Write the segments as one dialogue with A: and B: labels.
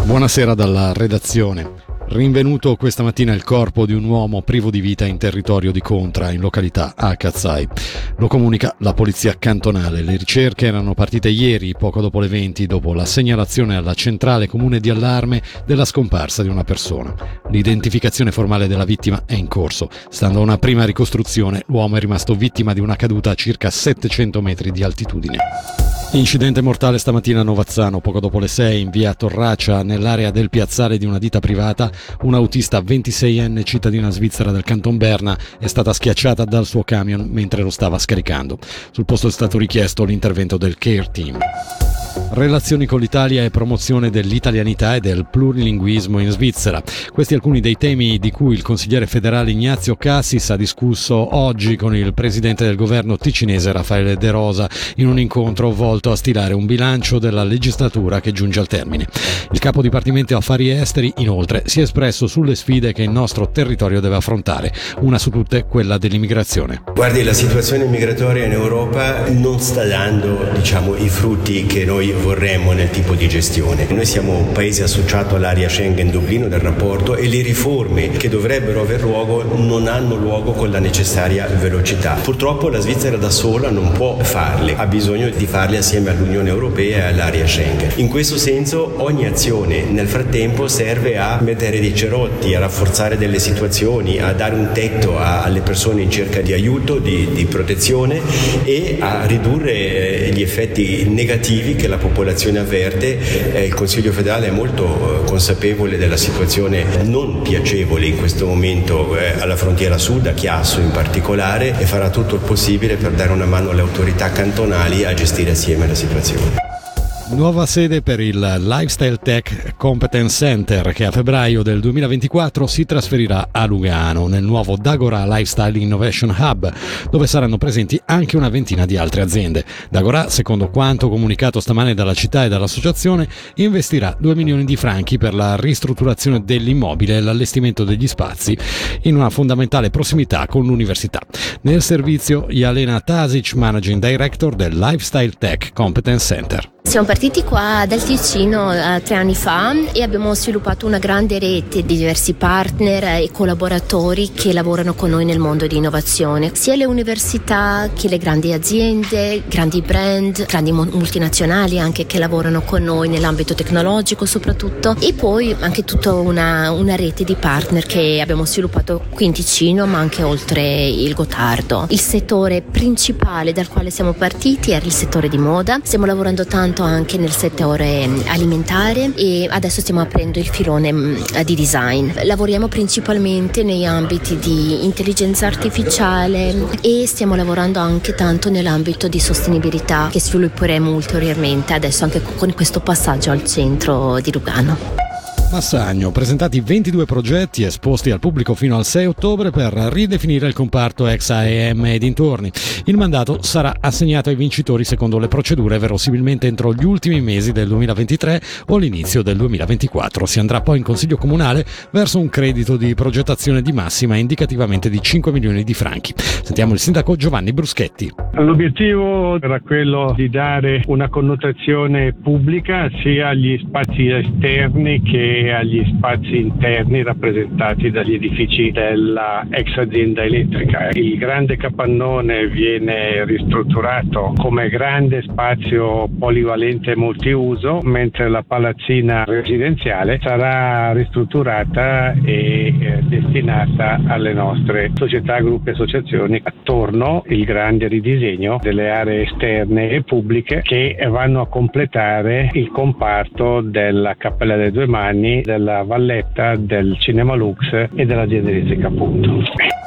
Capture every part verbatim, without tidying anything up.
A: Buonasera dalla redazione. Rinvenuto questa mattina il corpo di un uomo privo di vita in territorio di Contra, in località Acazzai. Lo comunica la polizia cantonale. Le ricerche erano partite ieri, poco dopo le venti, dopo la segnalazione alla centrale comune di allarme della scomparsa di una persona. L'identificazione formale della vittima è in corso. Stando a una prima ricostruzione, l'uomo è rimasto vittima di una caduta a circa settecento metri di altitudine. Incidente mortale stamattina a Novazzano, poco dopo le sei, in via Torraccia, nell'area del piazzale di una ditta privata. Un'autista ventiseienne cittadina svizzera del Canton Berna è stata schiacciata dal suo camion mentre lo stava scaricando. Sul posto è stato richiesto l'intervento del Care Team. Relazioni con l'Italia e promozione dell'italianità e del plurilinguismo in Svizzera. Questi alcuni dei temi di cui il consigliere federale Ignazio Cassis ha discusso oggi con il presidente del governo ticinese Raffaele De Rosa in un incontro volto a stilare un bilancio della legislatura che giunge al termine. Il capo dipartimento affari esteri inoltre si è espresso sulle sfide che il nostro territorio deve affrontare, una su tutte quella dell'immigrazione.
B: Guardi, la situazione migratoria in Europa non sta dando, diciamo, i frutti che noi vorremmo nel tipo di gestione. Noi siamo un paese associato all'area Schengen Dublino del rapporto e le riforme che dovrebbero aver luogo non hanno luogo con la necessaria velocità. Purtroppo la Svizzera da sola non può farle, ha bisogno di farle assieme all'Unione Europea e all'area Schengen. In questo senso ogni azione nel frattempo serve a mettere dei cerotti, a rafforzare delle situazioni, a dare un tetto a, alle persone in cerca di aiuto, di, di protezione e a ridurre eh, gli effetti negativi che la popolazione avverte. Eh, il Consiglio federale è molto eh, consapevole della situazione non piacevole in questo momento eh, alla frontiera sud, a Chiasso in particolare, e farà tutto il possibile per dare una mano alle autorità cantonali a gestire assieme la situazione.
A: Nuova sede per il Lifestyle Tech Competence Center che a febbraio del duemilaventiquattro si trasferirà a Lugano nel nuovo Dagora Lifestyle Innovation Hub, dove saranno presenti anche una ventina di altre aziende. Dagora, secondo quanto comunicato stamane dalla città e dall'associazione, investirà due milioni di franchi per la ristrutturazione dell'immobile e l'allestimento degli spazi in una fondamentale prossimità con l'università. Nel servizio Jelena Tasic, Managing Director del Lifestyle Tech Competence Center.
C: Siamo partiti qua dal Ticino eh, tre anni fa e abbiamo sviluppato una grande rete di diversi partner e collaboratori che lavorano con noi nel mondo di innovazione, sia le università che le grandi aziende, grandi brand, grandi multinazionali anche che lavorano con noi nell'ambito tecnologico soprattutto, e poi anche tutta una, una rete di partner che abbiamo sviluppato qui in Ticino ma anche oltre il Gottardo. Il settore principale dal quale siamo partiti era il settore di moda, stiamo lavorando tanto anche nel settore alimentare e adesso stiamo aprendo il filone di design. Lavoriamo principalmente negli ambiti di intelligenza artificiale e stiamo lavorando anche tanto nell'ambito di sostenibilità che svilupperemo ulteriormente adesso anche con questo passaggio al centro di Lugano.
A: Massagno, presentati ventidue progetti esposti al pubblico fino al sei ottobre per ridefinire il comparto ex A E M e dintorni. Il mandato sarà assegnato ai vincitori secondo le procedure, verosimilmente entro gli ultimi mesi del duemilaventitré o l'inizio del duemilaventiquattro. Si andrà poi in Consiglio Comunale verso un credito di progettazione di massima indicativamente di cinque milioni di franchi. Sentiamo il sindaco Giovanni Bruschetti.
D: L'obiettivo era quello di dare una connotazione pubblica sia agli spazi esterni che agli spazi interni rappresentati dagli edifici della ex azienda elettrica. Il grande capannone viene ristrutturato come grande spazio polivalente multiuso, mentre la palazzina residenziale sarà ristrutturata e eh, destinata alle nostre società, gruppi e associazioni attorno il grande ridisegno delle aree esterne e pubbliche che vanno a completare il comparto della Cappella dei Due Mani, della Valletta, del Cinema Lux e dell'azienda elettrica appunto.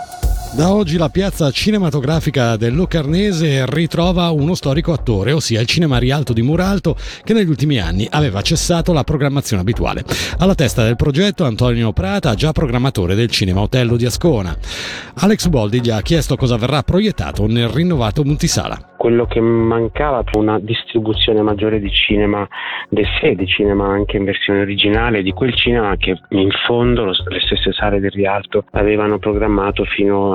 A: Da oggi la piazza cinematografica del Locarnese ritrova uno storico attore, ossia il Cinema Rialto di Muralto, che negli ultimi anni aveva cessato la programmazione abituale. Alla testa del progetto Antonio Prata, già programmatore del Cinema Otello di Ascona. Alex Boldi gli ha chiesto cosa verrà proiettato nel rinnovato multisala.
E: Quello che mancava per una distribuzione maggiore di cinema del sé, di cinema anche in versione originale, di quel cinema che in fondo le stesse sale del Rialto avevano programmato fino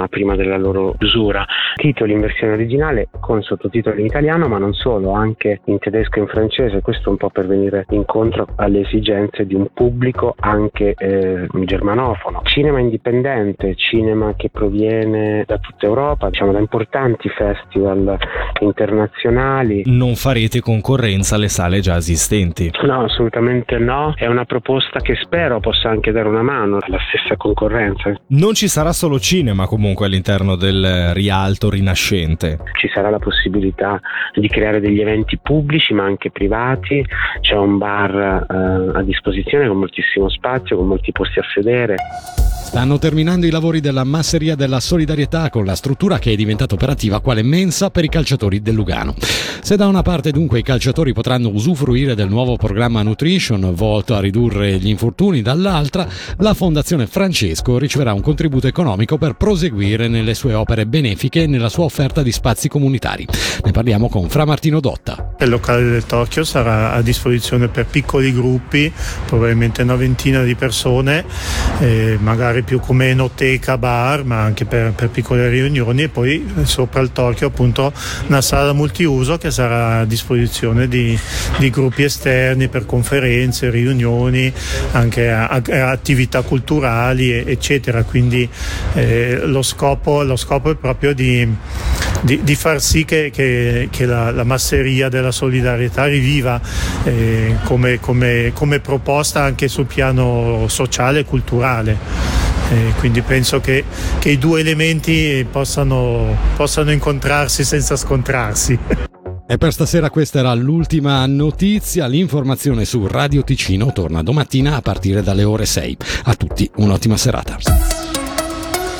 E: cinema prima della loro chiusura. Titoli in versione originale con sottotitoli in italiano, ma non solo, anche in tedesco e in francese, questo un po' per venire incontro alle esigenze di un pubblico anche eh, germanofono. Cinema indipendente, cinema che proviene da tutta Europa, diciamo da importanti festival internazionali.
F: Non farete concorrenza alle sale già esistenti?
E: No, assolutamente no, è una proposta che spero possa anche dare una mano alla stessa concorrenza.
F: Non ci sarà solo cinema comunque all'interno del Rialto rinascente?
E: Ci sarà la possibilità di creare degli eventi pubblici ma anche privati, c'è un bar eh, a disposizione con moltissimo spazio, con molti posti a sedere.
A: Stanno terminando i lavori della masseria della solidarietà con la struttura che è diventata operativa quale mensa per i calciatori del Lugano. Se da una parte dunque i calciatori potranno usufruire del nuovo programma Nutrition volto a ridurre gli infortuni, dall'altra la Fondazione Francesco riceverà un contributo economico per proseguire nelle sue opere benefiche e nella sua offerta di spazi comunitari. Ne parliamo con Fra Martino Dotta.
G: Il locale del Tokyo sarà a disposizione per piccoli gruppi, probabilmente una ventina di persone, eh, magari più come enoteca, bar, ma anche per, per piccole riunioni, e poi sopra il Tokyo appunto una sala multiuso che sarà a disposizione di, di gruppi esterni per conferenze, riunioni, anche a, a attività culturali eccetera, quindi eh, lo scopo, lo scopo è proprio di, di, di far sì che, che, che la, la masseria della solidarietà riviva eh, come, come, come proposta anche sul piano sociale e culturale. Eh, quindi penso che, che i due elementi possano, possano incontrarsi senza scontrarsi.
A: E per stasera questa era l'ultima notizia. L'informazione su Radio Ticino torna domattina a partire dalle ore sei. A tutti un'ottima serata.